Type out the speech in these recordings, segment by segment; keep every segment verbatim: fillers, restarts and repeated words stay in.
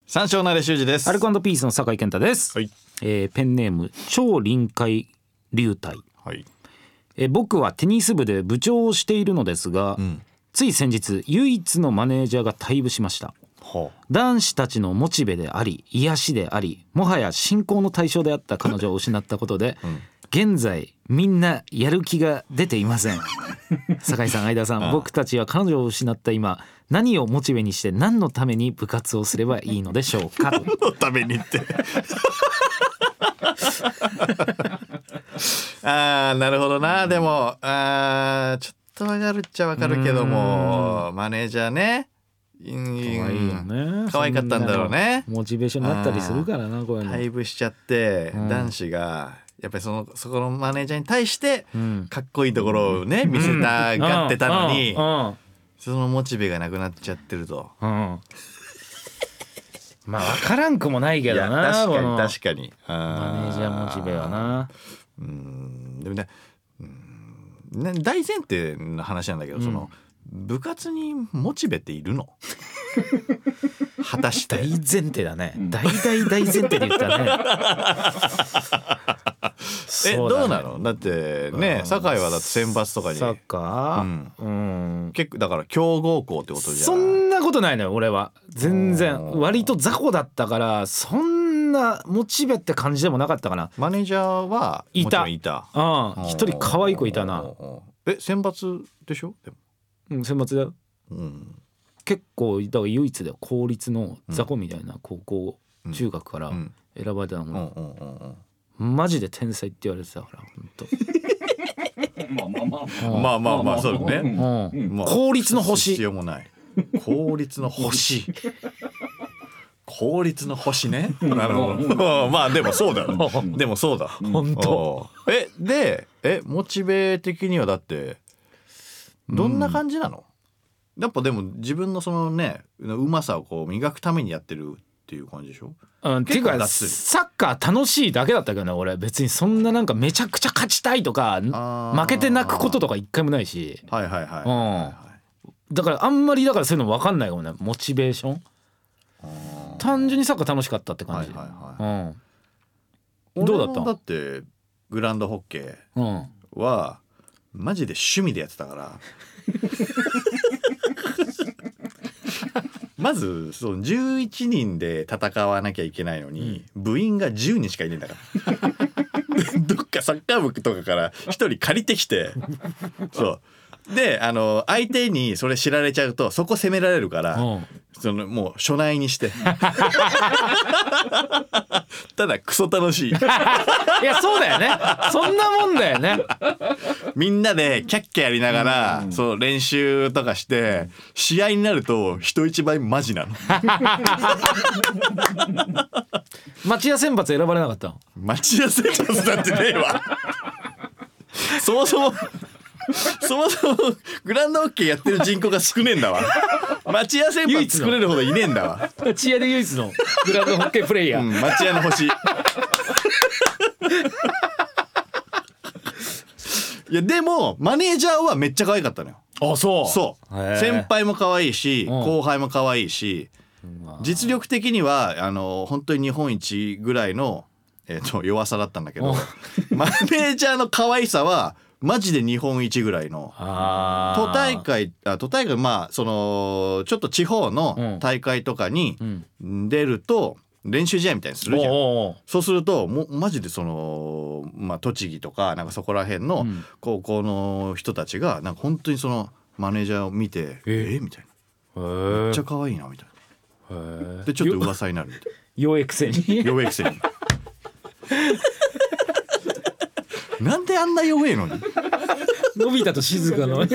三照なれ修二です。 アルコ&ピースの酒井健太です、 はいえーペンネーム超臨海流体、 はい、 えー僕はテニス部で部長をしているのですが、うん、つい先日唯一のマネージャーが退部しました。はあ、男子たちのモチベであり癒しでありもはや信仰の対象であった彼女を失ったことで、うん、現在みんなやる気が出ていません。酒井さん、相田さん、ああ僕たちは彼女を失った今何をモチベにして何のために部活をすればいいのでしょうか。 何のためにってあーなるほどな。でもあーちょっとわかるっちゃわかるけどもマネージャーね可愛いよね。 可愛かったんだろうね。 モチベーションになったりするからな。こういうの退部しちゃって、うん、男子がやっぱりそのそこのマネージャーに対してかっこいいところをね、うん、見せたがってたのに、うんうんうん、そのモチベがなくなっちゃってると、うん、 まあ分からんくもないけどな。 確かに確かにマネージャーモチベはな。 うーんでもね、うんね大前提の話なんだけど、うん、その部活にモチベっているの果たして大前提だね。大大大前提で言ったね。 えどうなの？だってね、酒井はだって選抜とかにサッカー、うんうん、結構だから強豪校ってことじゃん。 そんなことないのよ俺は。全然割と雑魚だったからそんなモチベって感じでもなかったかな。 マネージャーはいたいた一人可愛い子いたな。 え選抜でしょ？でも、 うん、選抜だよ、うん、結構だから唯一だよ公立の雑魚みたいな高校、うん、中学から選ばれたのも、うんうんうんうん、マジで天才って言われてたから本当まあまあまあまあまあまあそうね、 うんまあ、公立の星必要もない公立の星公立の星ねなるほどまあでもそうだでもそうだ本当。 えでえモチベ的にはだってどんな感じなの？うん、やっぱでも自分のそのねうまさをこう磨くためにやってるっていう感じでしょ？ うん、っていうかサッカー楽しいだけだったけどね俺。別にそんななんかめちゃくちゃ勝ちたいとか負けて泣くこととか一回もないし。 はいはいはい、はいはいうん、だからあんまりだからそういうの分かんないかもね。モチベーション単純にサッカー楽しかったって感じ、はいはいはい、うん、どうだったの？ だってグランドホッケーは、うん、マジで趣味でやってたからまずそのじゅういちにんで戦わなきゃいけないのに、うん、部員がじゅうにんしかいねえんだからどっかサッカー部とかからひとり借りてきてそうであの相手にそれ知られちゃうとそこ責められるから、うん、そのもう所内にしてただクソ楽しいいやそうだよね。そんなもんだよね。 みんなでキャッキャやりながら、うん、そう練習とかして試合になると人一倍マジなの町屋選抜選ばれなかったの？ 町屋選抜だってねえわそもそもそもそもグランドホッケーやってる人口が少ねえんだわ。町屋選抜作れるほどいねえんだわ。 町屋で唯一のグランドホッケープレイヤー、 うん、町屋の星いやでもマネージャーはめっちゃ可愛かったのよ。 あそうそう先輩も可愛いし、うん、後輩も可愛いし、実力的にはあの本当に日本一ぐらいの、えー、と弱さだったんだけどマネージャーの可愛さはマジで日本一ぐらいの都大会あ都大会まあそのちょっと地方の大会とかに出ると練習試合みたいにするじゃん、うん、そうするともうマジでその、まあ、栃木とかなんかそこら辺の高校の人たちがなんか本当にそのマネージャーを見てええみたいなめっちゃ可愛いなみたいなでちょっと噂になるみたいな弱いくせに弱いくせになんであんな弱えのにのび太と静かののび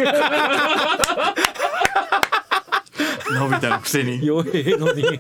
太のくせに弱えのにい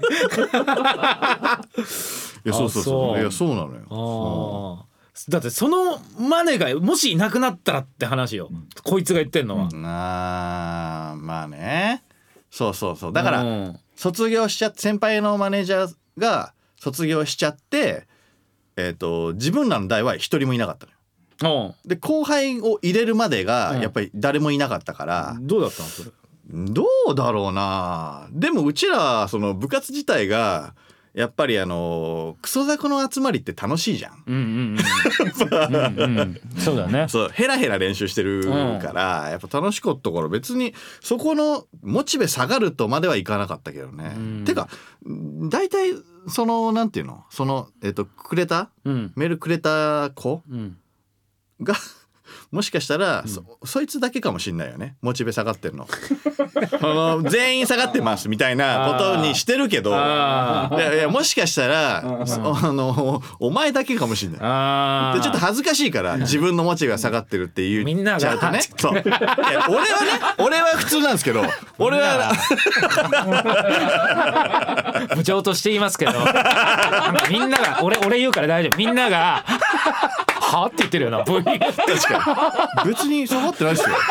やそうそうそういやそうなのよ。あだってそのマネがもしいなくなったらって話よ、うん、こいつが言ってんのは、うん、 あまあねそうそうそうだから、うん、卒業しちゃって先輩のマネージャーが卒業しちゃってえっと自分らの代は一人もいなかったのよ。で後輩を入れるまでがやっぱり誰もいなかったから、 うん、どうだったのそれ？ どうだろうな。でもうちらその部活自体がやっぱりあのクソザコの集まりって楽しいじゃん。 うんうんうんうんうん、そうだね。 そうヘラヘラ練習してるから、うん、やっぱ楽しかったから別にそこのモチベ下がるとまではいかなかったけどね、うん、てか大体そのなんていうのその、えっと、くれた、うん、メールくれた子、うん、がもしかしたら、うん、そ, そいつだけかもしんないよねモチベ下がってるのあの全員下がってますみたいなことにしてるけどいやいやもしかしたらあのお前だけかもしんないでちょっと恥ずかしいから自分のモチベが下がってるって言っちゃうとねそういや俺はね俺は普通なんですけど俺は部長として言いますけどみんなが俺俺言うから大丈夫みんながはって言ってるよな V 確かに別に下がってないですよ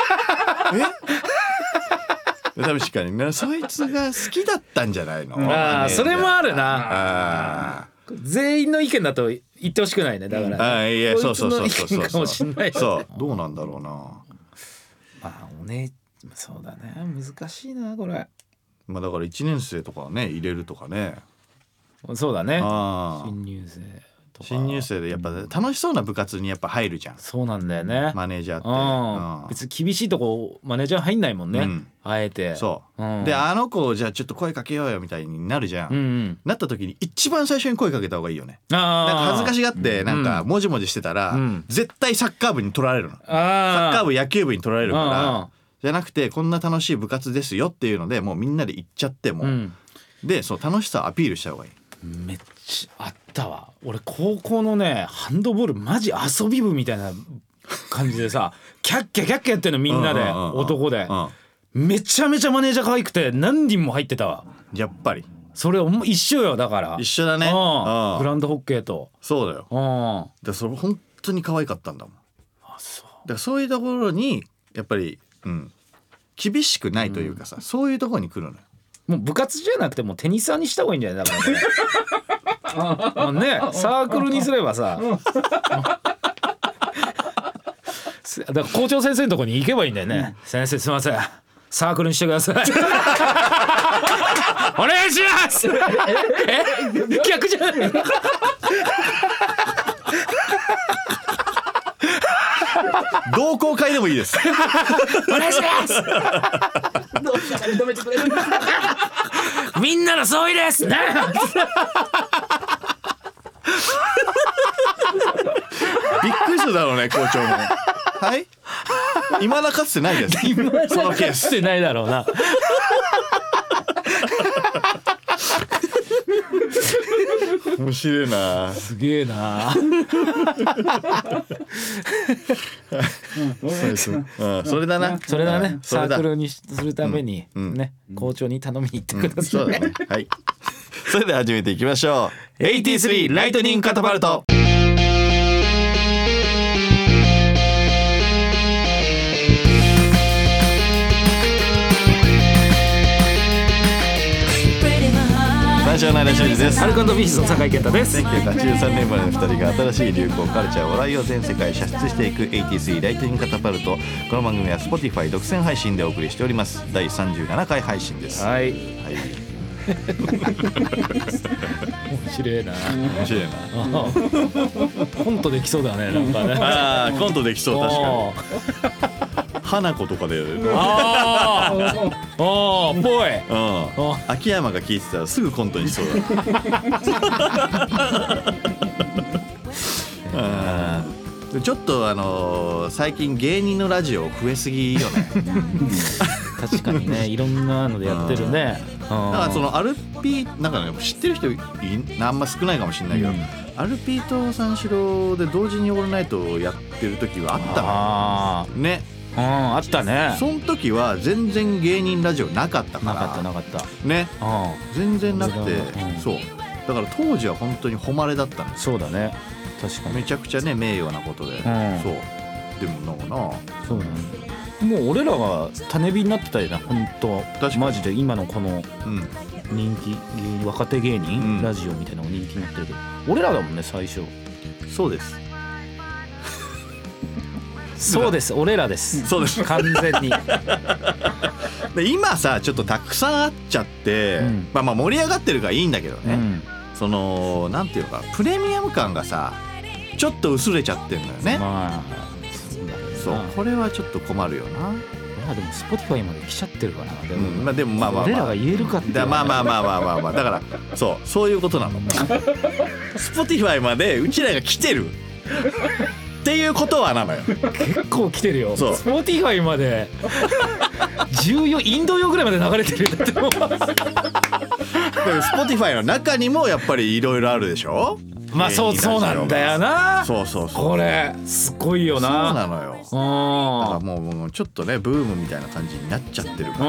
え確かにねそいつが好きだったんじゃないのあそれもあるなあ全員の意見だと言ってほしくないねだからあいやそうそうそうそうそうかもしんない、ね、 そうどうなんだろうなまあおねそうだね難しいなこれまあだからいちねん生とかね入れるとかねそうだねあ新入生新入生でやっぱ楽しそうな部活にやっぱ入るじゃん。 そうなんだよねマネージャーって、 うん、別に厳しいとこマネージャー入んないもんね、うん、あえてそう、うん、であの子じゃあちょっと声かけようよみたいになるじゃん、 うんうん、 なった時に一番最初に声かけた方がいいよね。なんか恥ずかしがってなんかもじもじしてたら、うん、絶対サッカー部に取られるの、サッカー部野球部に取られるからじゃなくてこんな楽しい部活ですよっていうのでもうみんなで行っちゃっても、うん、でそう楽しさをアピールした方がいい。 めっちゃあったわ俺高校のねハンドボールマジ遊び部みたいな感じでさキャッキャキャッキャやってんのみんなで男でめちゃめちゃマネージャー可愛くて何人も入ってたわやっぱりそれ一緒よだから一緒だねグランドホッケーとそうだよだそれ本当に可愛かったんだもんあそうだからそういうところにやっぱり、うん、厳しくないというかさ、うん、そういうところに来るのよもう部活じゃなくてもうテニサーにした方がいいんじゃないだからねねサークルにすればさだから校長先生のとこに行けばいいんだよね、うん、先生すいませんサークルにしてくださいお願いしますえ逆じゃない同好会でもいいですお願いしますどうしたら認めてくれるみんなの総意ですねびっくりするだろうね校長もはい今だかつてないですそのケースってないだろうな面白いなすげえなうんそれだなそれだねサークルにするためにね校長に頼みに行ってください、 うんうん、そうだねはいそれでは始めていきましょうエイティースリーライトニングカタパルト最初の間修二です。 アルコ&ピースの酒井健太です。 せんきゅうひゃくはちじゅうさんねん生まれのふたりが新しい流行カルチャー笑いを全世界射出していくエイティースリーライトニングカタパルト。この番組は Spotify 独占配信でお送りしております。だいさんじゅうななかい配信です。 はい、はい、面白いな面白いなコントできそうだねなんかねああコントできそう確かに花子とかでああぽい、うん、 秋山が聞いてたらすぐコントにしそうだちょっとあのー、最近芸人のラジオ増えすぎよね確かにねいろんなのでやってるね、うん、 だからそのアルピーなんかね知ってる人いあんま少ないかもしれないけど、うん、アルピーと三四郎で同時にオールナイトをやってる時はあったのねうん、あったねその時は全然芸人ラジオなかったからなかったなかったね、うん、全然なくて、うん、そうだから当時は本当に誉れだったんですそうだね確かにめちゃくちゃね名誉なことで、うん、そうでもなんかなそうなんだもう俺らが種火になってたよな本当マジで今のこの人気、うん、若手芸人、うん、ラジオみたいなの人気になってるけど俺らだもんね最初そうですそうです俺らですそうです完全にで今さちょっとたくさんあっちゃって、うん、まあまあ盛り上がってるからいいんだけどね、うん、 そのなんていうかプレミアム感がさちょっと薄れちゃってんのよね。 まあそうだね。 そうこれはちょっと困るよな。 まあでも Spotify まで来ちゃってるからな。でも、 うん、まあでもまあまあ、まあ、 俺らが言えるかって、 だまあまあまあまあまあまあだからそうそういうことなの。Spotify までうちらが来てるっていうことはなのよ。 結構来てるよ。 そう Spotify までじゅうよんインド洋ぐらいまで流れてる。だってもう Spotify の中にもやっぱりいろいろあるでしょ。 まあそうそうなんだよな。 そうそうそうこれすごいよな。 そうなのよ。だからもう、もうちょっとねブームみたいな感じになっちゃってるから。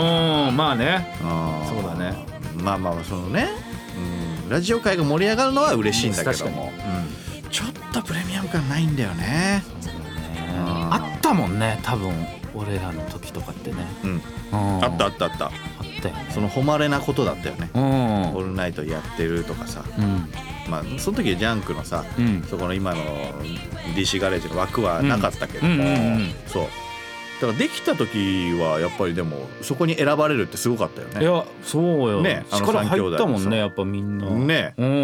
うんまあね。 あそうだね。 まあまあそのね、うん、ラジオ界が盛り上がるのは嬉しいんだけども、 うん、 ちょっとプレミアム感ないんだよね。 あったもんね多分俺らの時とかってね。 うん、あったあったあった。 あったよね。 その誉れなことだったよね。 うん、 オールナイトやってるとかさ。 うんまあ、その時はジャンクのさ、うん、そこの今の ディーシー ガレージの枠はなかったけども、そうだからできた時はやっぱりでもそこに選ばれるってすごかったよね。 いやそうよ、 ね、 あの力入ったもんねやっぱみんなね、 うん、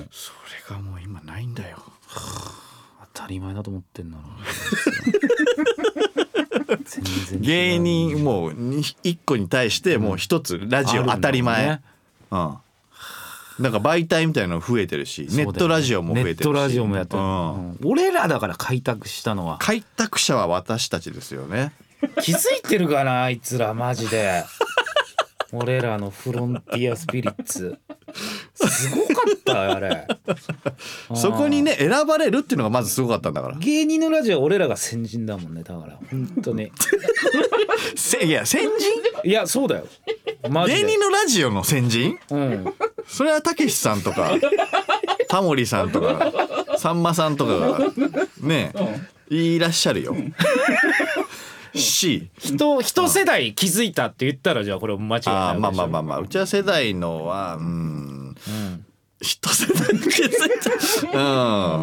それがもう今ないんだよ。 当たり前だと思ってんな。全然芸人もう一個に対してもう一つラジオ当たり前、ね、うんなんか媒体みたいなの増えてるし、ネットラジオも増えてるし、 ネットラジオもやってる、うんうん、俺らだから開拓したのは開拓者は私たちですよね。 気づいてるかなあいつらマジで。俺らのフロンティアスピリッツすごかったあれ。 そこにね選ばれるっていうのがまずすごかったんだから。 芸人のラジオは俺らが先人だもんね。だから本当にいや先人いやそうだよマジで。 芸人のラジオの先人、うん、それはたけしさんとかタモリさんとかさんまさんとかがねいらっしゃるよ。し人一世代気づいたって言ったらじゃあこれ間違いない。 あまあまあまあまあうちは世代のはうん、うん、一世代気づいた、うん、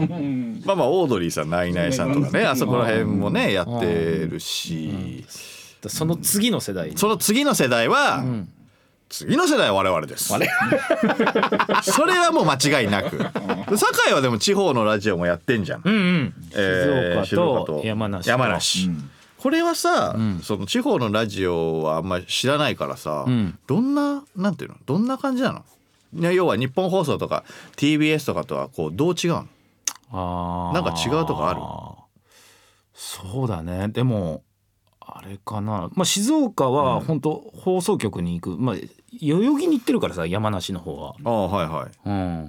まあまあオードリーさんナイナイさんとかねあそこら辺もねやってるし、 うん、その次の世代その次の世代は、うん、次の世代は我々です。それはもう間違いなく。堺はでも地方のラジオもやってんじゃん、うんうんえー、静岡と山梨と山梨、うんこれはさ、うん、その地方のラジオはあんまり知らないからさ、うん、どんななんていうのどんな感じなの。要は日本放送とか ティービーエス とかとはこうどう違うの。あなんか違うとかある。 そうだねでもあれかな、まあ、静岡は本当放送局に行く、まあ、代々木に行ってるからさ山梨の方はあはいはい、 うん、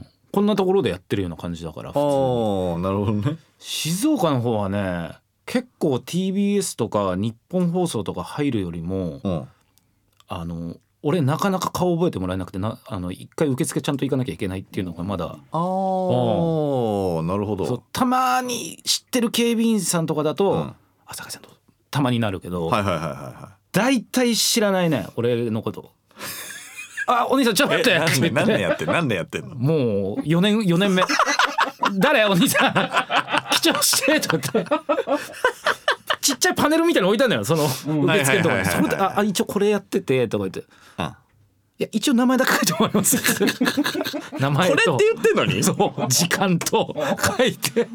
こんなところでやってるような感じだから普通あなるほどね。 静岡の方はね結構 ティービーエス とか日本放送とか入るよりも、うん、あの俺なかなか顔覚えてもらえなくてなあの一回受付ちゃんと行かなきゃいけないっていうのがまだあ、うん、 なるほど。 そうたまに知ってる警備員さんとかだと、うん、朝香さんとたまになるけど、 はいはいはいはい、 だいたい知らないね俺のこと。あお兄さんちょっと待って何年何年やってん何年やってんの。 もうよねんよねんめ誰お兄さん貴重してとかってちっちゃいパネルみたいなの置いたんだよその受付のところに。そこであ一応これやっててとか言って、うん、いや一応名前だけ書いてもらいます名前とこれって言ってんのにそう時間と書いて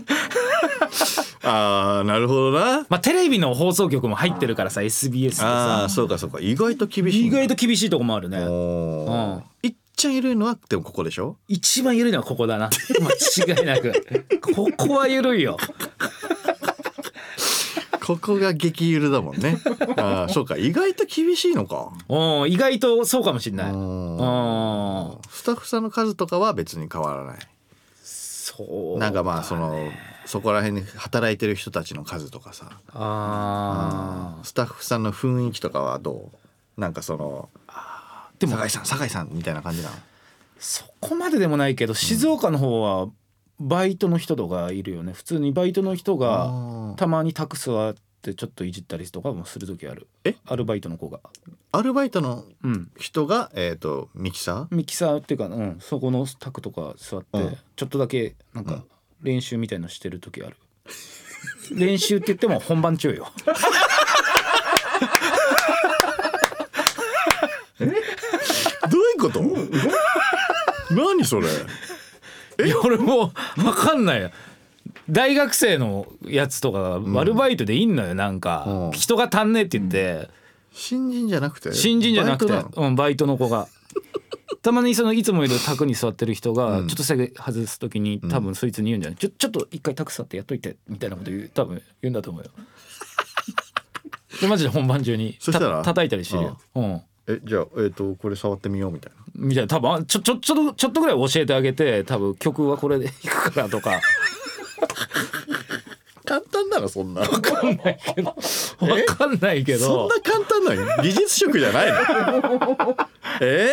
あーなるほどな。 まあテレビの放送局も入ってるからさ エスビーエス でさあそうかそうか意外と厳しい意外と厳しいとこもあるね。 うん、いっちゃん緩いのはでもここでしょ。 一番緩いのはここだな間違いなくここは緩いよここが激ゆるだもんね。あそうか意外と厳しいのか。 お意外とそうかもしれない。 スタッフさんの数とかは別に変わらない。 そう、ね、 なんかまあそのそこら辺に働いてる人たちの数とかさあスタッフさんの雰囲気とかはどうなんかそのあでも酒井さん酒井さんみたいな感じなの。 そこまででもないけど静岡の方はバイトの人とかいるよね。普通にバイトの人がたまにタク座ってちょっといじったりとかもする時ある。えアルバイトの子がアルバイトの人が、うん、えっ、ー、とミキサーミキサーっていうか、うん、そこのタクとか座って、うん、ちょっとだけなんか練習みたいのしてる時ある、うん、練習って言っても本番中よえどういうこと何それいや俺も分かんないよ。大学生のやつとかアルバイトでいんのよ、なんか、うん、人が足んねえって言って、うん、 新人じゃなくて新人じゃなくてバイト、うん、バイトの子がたまにそのいつもいる卓に座ってる人がちょっと下げ外す時に多分そいつに言うんじゃない、うん、ちょちょっと一回卓座ってやっといてみたいなこと言う多分言うんだと思うよでマジで本番中にそしたらた叩いたりしてるよ、うん、 えじゃあ、えー、とこれ触ってみようみたいなみたいな多分ちょちょちょっとちょっとぐらい教えてあげて多分曲はこれでいくからとか簡単なのそんな分かんないけど分かんないけどそんな簡単なの技術職じゃないのえ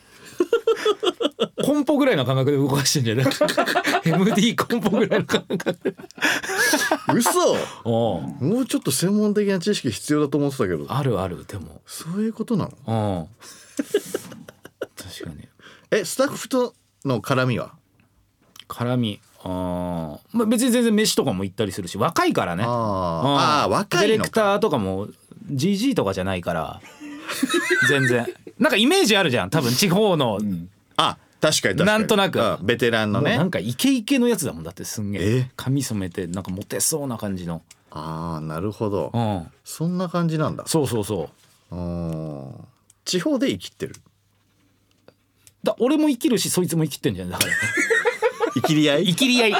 ー、コンポぐらいの感覚で動かしてんじゃない エムディー コンポぐらいの感覚で嘘もうちょっと専門的な知識必要だと思ってたけどあるあるでもそういうことなの確かにえスタッフとの絡みは絡みあ、まあ、別に全然飯とかも行ったりするし若いからねああ若いのかディレクターとかも ジージー とかじゃないから全然なんかイメージあるじゃん多分地方の、うん、 あ確かに確かになんとなくベテランのねなんかイケイケのやつだもんだってすんげえ髪染めてなんかモテそうな感じのああなるほど、 うん、 そんな感じなんだそうそうそううん地方で生きてるだ俺も生きるしそいつも生きてんじゃんだから生きり合い生きり合い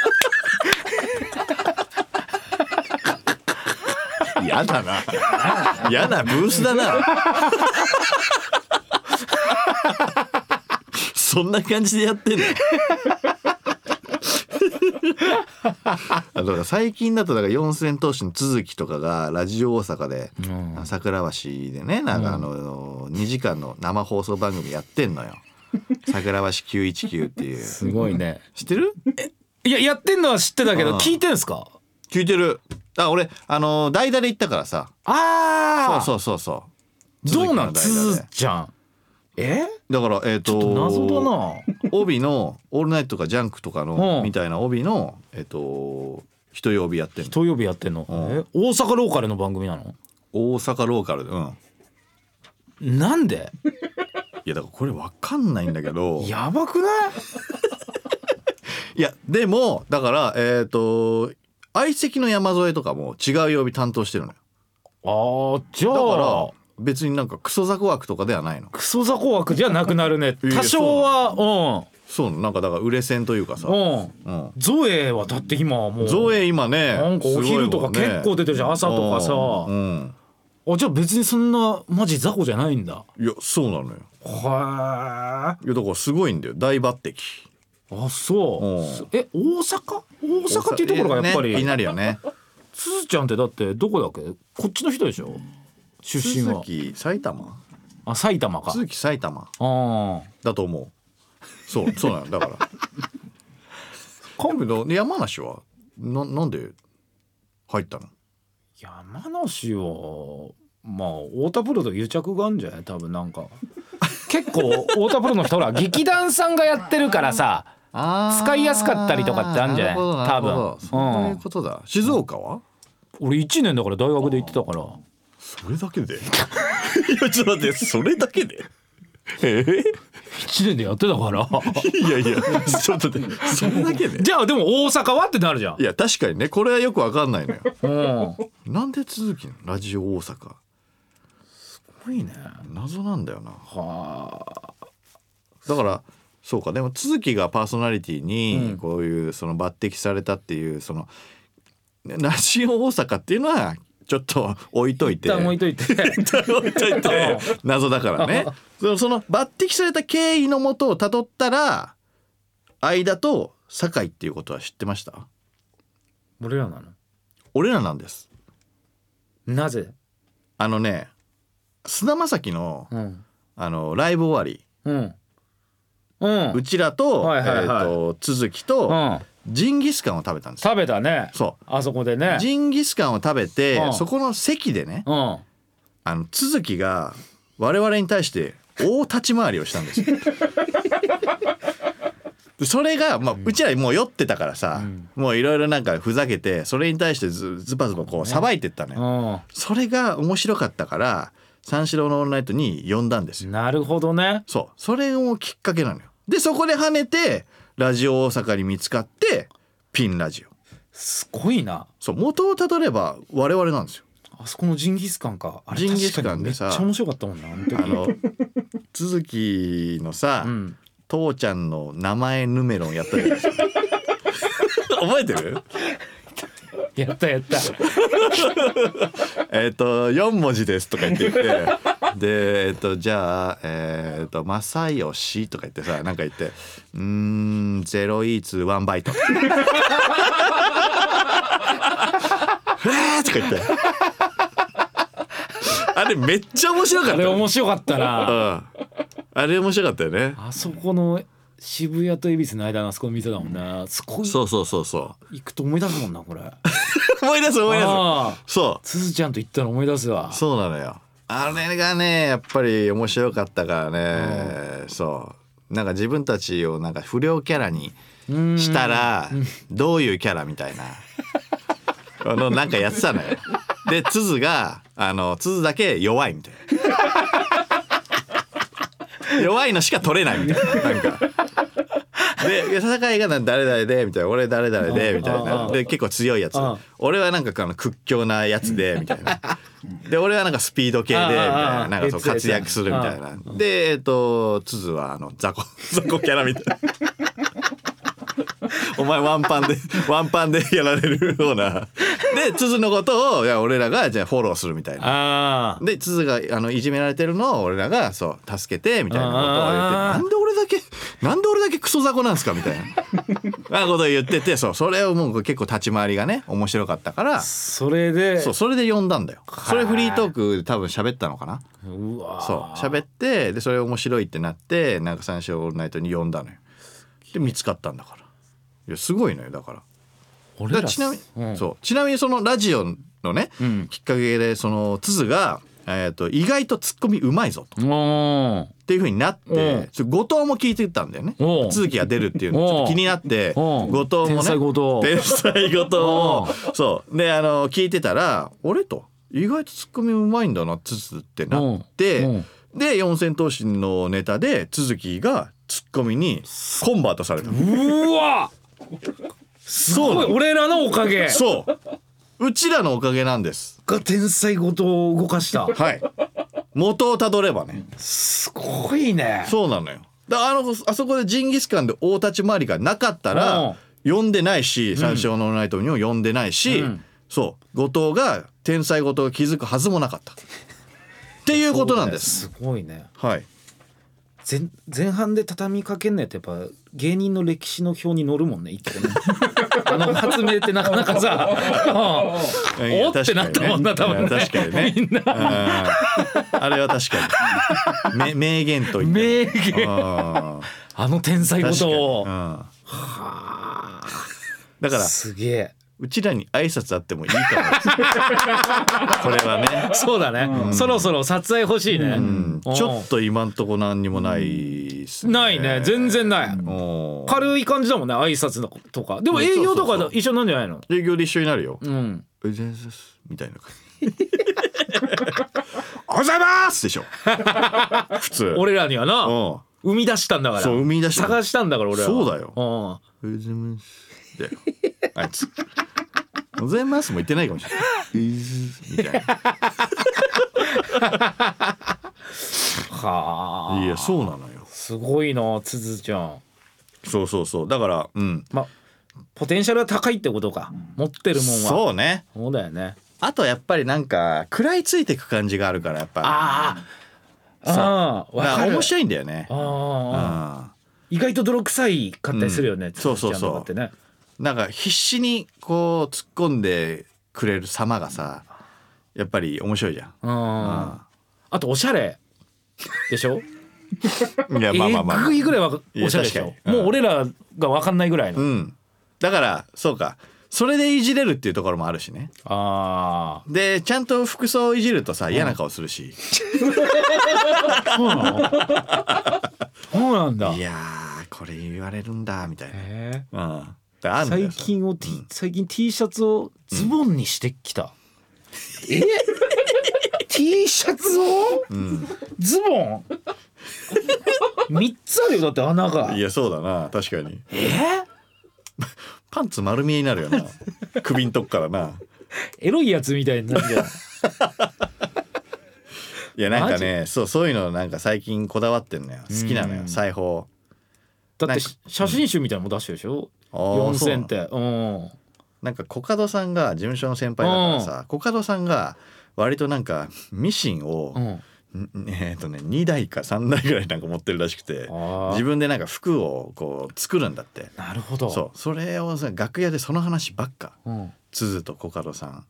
やだなやだブースだなそんな感じでやってんのだから最近だとだから四千頭身の都築とかがラジオ大阪で、うん、桜橋でねなんかあの、うん、にじかんの生放送番組やってんのよ桜橋きゅういちきゅうっていうすごいね知ってるいややってんのは知ってたけど聞いてんすか聞いてるあ俺あの代打で行ったからさああそうそうそうそうどうなんつづちゃんえだからえっ、ー、とちょっと謎だな帯のオールナイトとかジャンクとかの、うん、みたいな帯のえっ、ー、と一曜日やってんの一曜日やってんの、うん、え大阪ローカルの番組なの大阪ローカルでうんなんでいやだからこれ分かんないんだけどやばくないいやでもだからえっ、ー、と相席の山添とかも違う曜日担当してるのよあーじゃあだから別になんかクソ雑魚枠とかではないのクソ雑魚枠じゃなくなるね多少はうんそうなんかだから売れ線というかさ、 うんうん、ゾエはだって今もうゾエ今ねなんかお昼とか結構出てるじゃん、朝とかさ、うん、あじゃあ別にそんなマジ雑魚じゃないんだいやそうなのよはえいやだからすごいんだよ大抜擢あそうえ大阪大阪っていうところがやっぱり、 ね、気になるよねすずちゃんってだってどこだっけこっちの人でしょ出身は鈴木埼玉あ埼玉か鈴木埼玉あだと思うそうそうなのだから神戸の山梨はななんで入ったの山梨はまあ太田プロと癒着があるんじゃない多分なんか結構太田プロの人ほら劇団さんがやってるからさ使いやすかったりとかってあるんじゃない多分そういうことだ、うん、静岡は俺いちねんだから大学で行ってたからそれだけでいやちょっと待ってそれだけでえー、いちねんでやってたからいやいやちょっと待ってそれだけでじゃあでも大阪はってなるじゃんいや確かにねこれはよくわかんないのよ、うん、なんで続きのラジオ大阪すごいね謎なんだよなはあだからそうかでも続きがパーソナリティにこういうその抜擢されたっていうそのラジオ大阪っていうのはちょっと置いといて一旦置いといて置いといて謎だからねその抜擢された経緯のもとをたどったら相田と酒井っていうことは知ってました？ 俺らなの？ 俺らなんです。 なぜ？ あのね菅田将暉の、うん、あのライブ終わり、 うんうん、 うちらと、 はいはいはい、えーと都築と、うんジンギスカンを食べたんですよ。 食べたね。 そうあそこでねジンギスカンを食べて、うん、そこの席でね、 うん、 あの都築が我々に対して大立ち回りをしたんですよそれが、まあ、うちらもう酔ってたからさ、うん、もういろいろなんかふざけてそれに対してずズバズバこうさばいてったのよ、ね、それが面白かったから三四郎のオールナイトに呼んだんですよ。 なるほどね。 そうそれをきっかけなのよ。でそこで跳ねてラジオ大阪に見つかってピンラジオ。 すごいな。 そう元をたどれば我々なんですよ。 あそこのジンギスカンか。あれジンギスカンでさめっちゃ面白かったもんなあの時。 あの続きのさ、うん、父ちゃんの名前ヌメロンやったじゃないですか覚えてる？ やったやったえっとよん文字ですとか言って言ってでえっ、ー、とじゃあえっ、ー、と正義とか言ってさなんか言ってうーんゼロイーツワンバイトえーとか言ってあれめっちゃ面白かった、 ね、あれ面白かったな、 うん、あれ面白かったよね。 あそこの渋谷と恵比寿の間のあそこの店だもんね。すごい。 そうそうそうそう行くと思い出すもんなこれ思い出す思い出す。そうすずちゃんと行ったの思い出すわ。 そうなのよ。あれがねやっぱり面白かったからね。そうなんか自分たちをなんか不良キャラにしたらどういうキャラみたいなあのなんかやってたのよ。でつづがあのつづだけ弱いみたいな弱いのしか取れないみたいななんかで酒井が誰々でみたいな俺誰々でみたいなで結構強いやつ俺はなんかあの屈強なやつでみたいなで俺はなんかスピード系でみたいななんかそう活躍するみたいなでえっとつづはあの雑魚雑魚キャラみたいなお前ワンパンでワンパンでやられるようなでつづのことをいや俺らがじゃあフォローするみたいなでつづがあのいじめられてるのを俺らがそう助けてみたいなことを言ってなんで俺だけなんで俺だけクソ雑魚なんすかみたいなことを言っててそうそれをもう結構立ち回りがね面白かったからそれでそうそれで呼んだんだよ。それフリートークで多分喋ったのかな。 うわそう喋ってでそれ面白いってなってなんか三四郎オールナイトに呼んだのよ。で見つかったんだから。いやすごいのよだから。 俺らちなみに、 うん、 そうちなみにそのラジオのね、うん、きっかけでそのつづが、えー、と意外とツッコミうまいぞとっていう風になって後藤も聞いてたんだよね。続きが出るっていうのちょっと気になって後藤もね天才後藤天才後藤もそうであの聞いてたら俺と意外とツッコミうまいんだなつづってなってで四千頭身のネタで続きがツッコミにコンバートされた。 うわすごい俺らのおかげ。 そううちらのおかげなんですが天才ごとを動かしたはい元をたどればねすごいね。 そうなのよ。だあのあそこでジンギスカンで大立ち回りがなかったら呼んでないし三四郎のオールナイトにも呼んでないし、うん、そう後藤が天才後藤が気づくはずもなかったっていうことなんです。 すごいね。 はい前, 前半で畳みかけんのやってやっぱ芸人の歴史の表に載るもんね一個ねあの発明ってなかなかさおってなったもんな多分ね。 確かにねみんなあれは確かに名言と言って名言 あ, あの天才ことを、うん、はあだからすげえうちらに挨拶あってもいいかもこれはねそうだね、うん、そろそろ撮影欲しいね、うん、 ちょっと今んとこ何にもないっすね。 ないね全然ない、うん、軽い感じだもんね挨拶とか。でも営業とか一緒なんじゃないの？ 営業で一緒になるよ、 うん、 みたいなおはようございますでしょ普通俺らにはな、うん、生み出したんだから。 そう生み出した探したんだから俺は。 そうだよ。おはようございますだよあいつおはようございますも言ってないかもしれないみたいなはあいやそうなのよ。 すごいなつづちゃん。 そうそうそうだからうんまポテンシャルは高いってことか持ってるもんは。 そうねそうだよね。 あとやっぱりなんか食らいついていく感じがあるからやっぱああそうあ面白いんだよね。 ああ意外と泥臭いかったりするよね、うん、 そうそうそうってね。なんか必死にこう突っ込んでくれる様がさやっぱり面白いじゃん。 ああとおしゃれでしょいやまあまあまあ、まあ、 えぐいぐらいはおしゃれでしょ、うん、もう俺らが分かんないぐらいの、 うん、だからそうかそれでいじれるっていうところもあるしね。あでちゃんと服装をいじるとさ嫌な顔するし、うん、 そうなのそうなんだ。 いやこれ言われるんだみたいな、えーうん最近を、T うん、最近 T シャツをズボンにしてきた、うん、えT シャツを、うん、ズボンみっつあるよだって穴が。 いやそうだな確かに。 えー、 パンツ丸見えになるよな首んとこからな。 エロいやつみたいになるじゃん。 いやなんかねそうそういうのなんか最近こだわってんのよ。好きなのよ裁縫。 だって写真集みたいなのも出してるでしょ、うん、よんせんって。うん、 なんかコカドさんが事務所の先輩だからさ、コカドさんが割となんかミシンを、うん、えーとねにだいかさんだいぐらいなんか持ってるらしくて、自分でなんか服をこう作るんだって。 なるほど。 そうそれをさ楽屋でその話ばっか、うん、つづとコカドさん。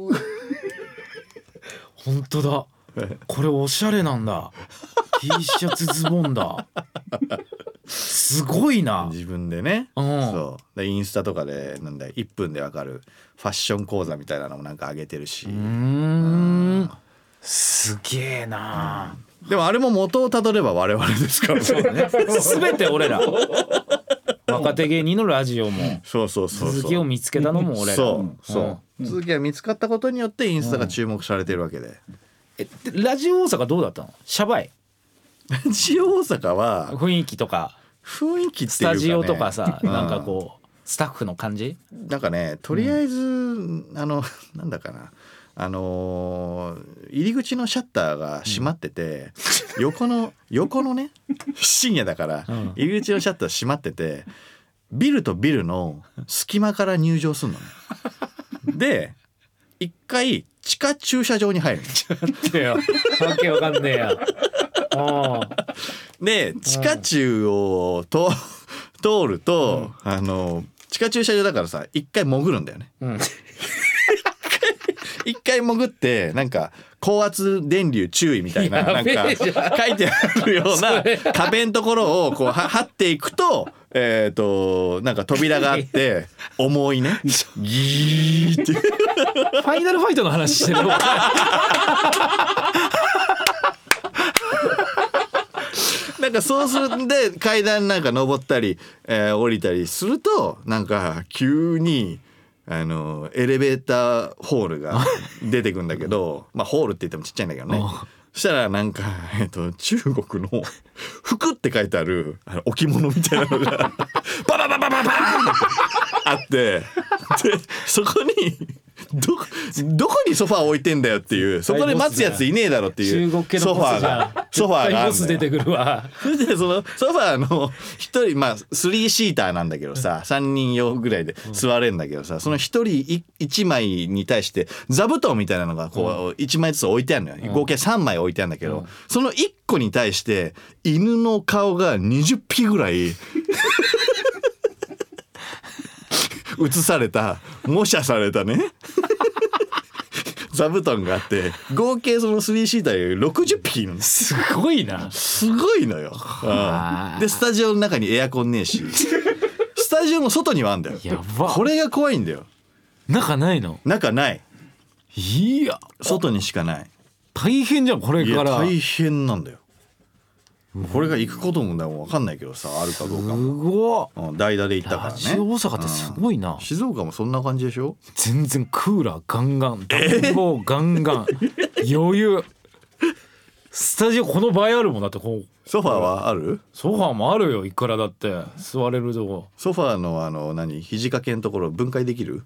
本当だこれおしゃれなんだ。T シャツズボンだ。すごいな。 自分でね、うん、そうでインスタとかでなんだいっぷんでわかるファッション講座みたいなのもなんか上げてるし。うーん、 うん、すげえな、 うん、でもあれも元をたどれば我々ですからそうね全て俺ら若手芸人のラジオもそうそうそうそう続きを見つけたのも俺ら。 そうそう、うん、続きが見つかったことによってインスタが注目されてるわけで、うん、 えラジオ大阪どうだったの？シャバい？ ラジオ大阪は雰囲気とか雰囲気っていうか、ね、 スタジオとかさ、うん、なんかこうスタッフの感じなんかねとりあえず、うん、あのなんだかなあのー、入り口のシャッターが閉まってて、うん、横の横のね深夜だから、うん、入り口のシャッター閉まっててビルとビルの隙間から入場するのねで一回地下駐車場に入るの。 ちょっとよわけわかんねえや。 で地下駐をと通ると、うん、あの地下駐車場だからさ一回潜るんだよね、うん、一回潜ってなんか高圧電流注意みたいななんか書いてあるような壁のところをこうは張っていくとえっとなんか扉があって重いねギーってファイナルファイトの話してるなんかそうするんで階段なんか登ったり、えー、降りたりするとなんか急にあのエレベーターホールが出てくるんだけどまあホールって言ってもちっちゃいんだけどね。そしたらなんか、えっと、中国の服って書いてあるあの置物みたいなのがババババババーンってあってでそこにど, どこにソファー置いてんだよっていうそこで待つやついねえだろっていうソファーがソファーがあるんだよ。 出てくるわ。 それでそのソファーの一人まあスリーシーターなんだけどささんにん用ぐらいで座れんだけどさその一人一枚に対して座布団みたいなのがこう一枚ずつ置いてあるのよ。合計さんまい置いてあるんだけどそのいっこに対して犬の顔がにじゅっぴきぐらい映された模写されたね座布団があって合計そのスリーシーターろくじゅっぴきいるの。 すごいな。 すごいのよ、うん、でスタジオの中にエアコンねえしスタジオの外にはあんだよ。 やばこれが怖いんだよ。 中ないの？ 中ない。 いや外にしかない。 大変じゃんこれから。 いや大変なんだよ。これが行くことも分かんないけどさあるかどうかも。 すごい、 うん、代打で行ったからね。 ラジオ大阪ってすごいな、 うん、静岡もそんな感じでしょ。 全然クーラーガンガン暖房ガンガン、余裕。スタジオこの倍あるもんだって。こうソファーはある？ ソファーもあるよ。いくらだって座れるとこ。 ソファーのあの何肘掛けのところ分解できる？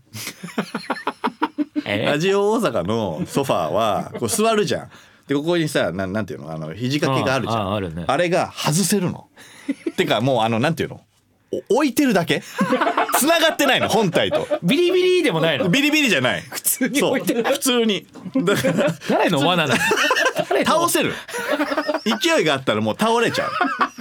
ラジオ大阪のソファーはこう座るじゃん。でここにさ な, なんていうのあの肘掛けがあるじゃん。 あ, あ, あ, る、ね、 あれが外せるのてかもうあのなんていうの置いてるだけ繋がってないの本体と。 ビリビリでもないの？ ビリビリじゃない。 普通に置いてる。 普通にだから誰の罠だ倒せる勢いがあったらもう倒れちゃ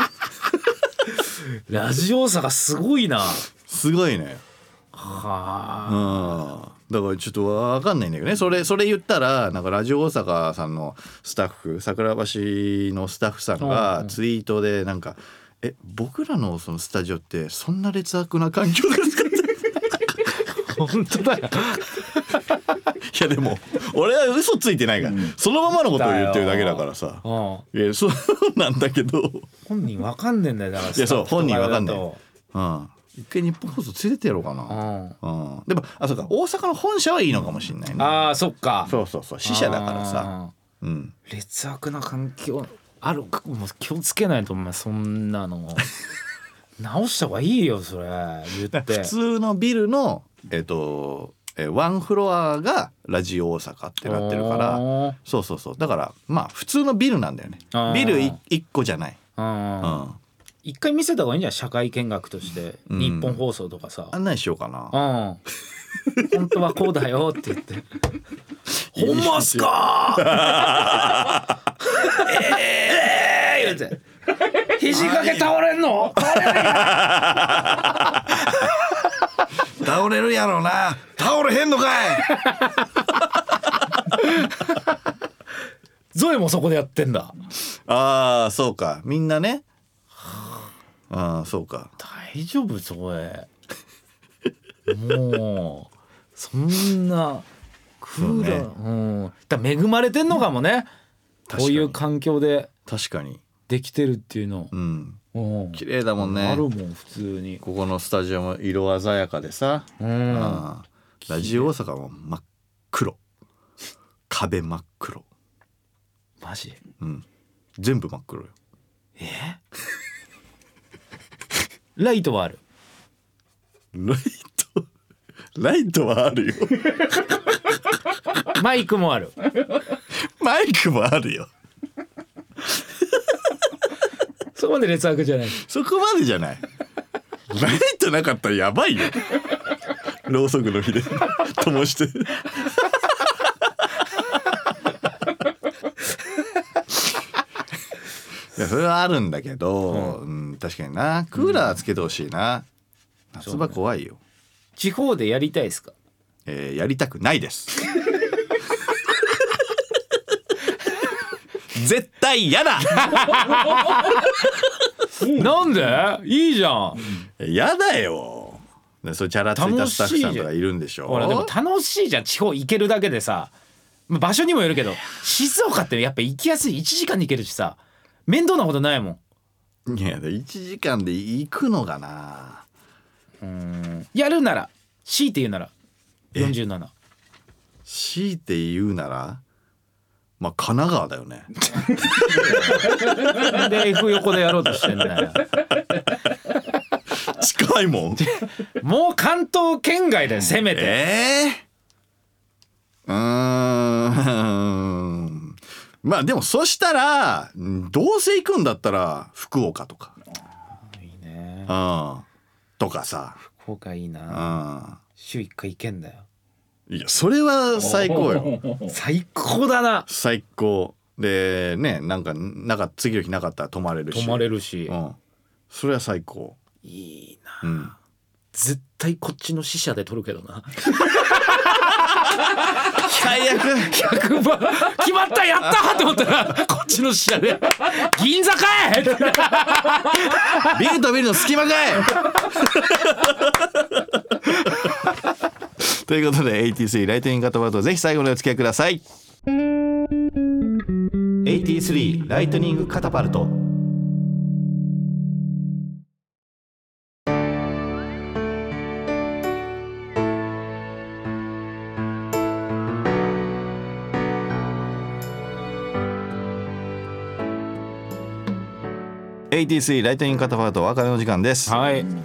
う。ラジオ大阪すごいな。すごいね。はあ、うん、だからちょっと分かんないんだけどね。それそれ言ったらなんかラジオ大阪さんのスタッフ桜橋のスタッフさんがツイートでなんかえ僕らのそのスタジオってそんな劣悪な環境ですかって本当だよ。 いやでも俺は嘘ついてないから、うん、そのままのことを言ってるだけだからさ。いやそうなんだけど本人分かんねえんだよ。だからいやそう本人分かんない、うん、一回日本放送連れてやろうかな、うんうん、でもあそうか大阪の本社はいいのかもしれないね。 あーそっか。 そうそうそう支社だからさ、うん、 劣悪な環境あるかもう気をつけないとお前そんなの直した方がいいよそれ言って。 普通のビルのえっとえワンフロアがラジオ大阪ってなってるから、そうそうそう、だからまあ普通のビルなんだよね。ビルいっこじゃない。うん、 一回見せた方がいいんじゃない、社会見学として、うん、日本放送とかさ案内しようかな。 うん本当はこうだよって言ってほんまっすかええー、言うて肘掛け倒れんの倒れない倒れるやろな。倒れへんのかいゾエもそこでやってんだ。 ああそうか、みんなね。ああそうか、 大丈夫ゾエもうそんなクーラー、ね、うん、だから恵まれてんのかもね、こういう環境で確かにできてるっていうの。 うん綺麗だもんね。 あるもん普通に。 ここのスタジオも色鮮やかでさ、うん、ラジオ大阪も真っ黒、壁真っ黒。 マジ？ うん、全部真っ黒よ。 えライトはある？ ライトライトはあるよマイクもある？ マイクもあるよそこまで劣悪じゃない。 そこまでじゃない。ライトなかったらやばいよろうそくの火で灯していやそれはあるんだけど、うんうん、確かになクーラーつけてほしいな、うん、夏場怖いよ。 地方でやりたいですか？ えー、やりたくないです絶対嫌だなんで？いいじゃん。 やだよ。それチャラついたスタッフさんとかいるんでしょ。 ほらでも楽しいじゃん、地方行けるだけでさ。場所にもよるけど静岡ってやっぱ行きやすい、いちじかんで行けるしさ、面倒なことないもん。いやいちじかんで行くのかな。 うーんやるなら強いて言うならよんじゅうなな。 強いて言うならまあ神奈川だよねで F 横でやろうとしてんだよ近いもんもう関東圏外でせめて。 えー、うーんまあでもそしたらどうせ行くんだったら福岡とか。 いいね。 うんとかさ。 福岡いいな。うん、週いっかい行けんだよ。 いやそれは最高よ最高だな。 最高でね、なんかなんか次の日なかったら泊まれるし泊まれるし、 うん、それは最高。 いいな、うん、絶対こっちの支社で取るけどな最悪ひゃくばん決まった、やったと思ったらこっちの支社で銀座かいビルとビルの隙間かいということで エイティースリー ライトニングカットパルト、ぜひ最後までお付き合いください。エイティースリー ライトニングカタパルト。エイティースリー ライトニングカタパルト、お別れの時間です。 はい、うん、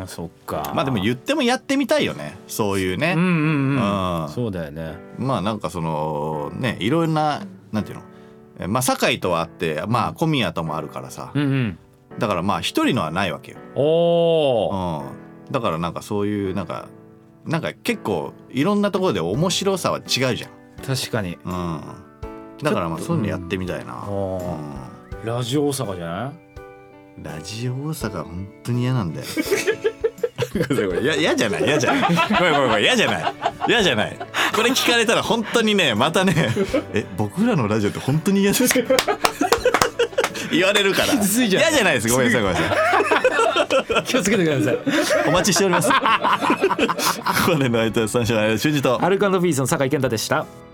そっか。 まあでも言ってもやってみたいよね、そういうね。 うんうんうん、うん、そうだよね。 まあなんかそのね、いろんななんていうの、まあ堺とはあって、まあ小宮ともあるからさ、うんうん、だからまあ一人のはないわけよ。おー、うん、だからなんかそういうなんかなんか結構いろんなところで面白さは違うじゃん。 確かに。 うん。だからまあそういうのやってみたいな。うんうん、ラジオ大阪じゃない？ ラジオ大阪本当に嫌なんだよや嫌じゃない嫌じゃないごめんごめんごめん嫌じゃない嫌じゃない。これ聞かれたら本当にね、またねえ僕らのラジオって本当に嫌ですか言われるから嫌じゃないです。ごめんなさいごめんなさい気をつけてくださいお待ちしておりますここでの相手は三者の間修二とアルコ&ピースの酒井健太でした。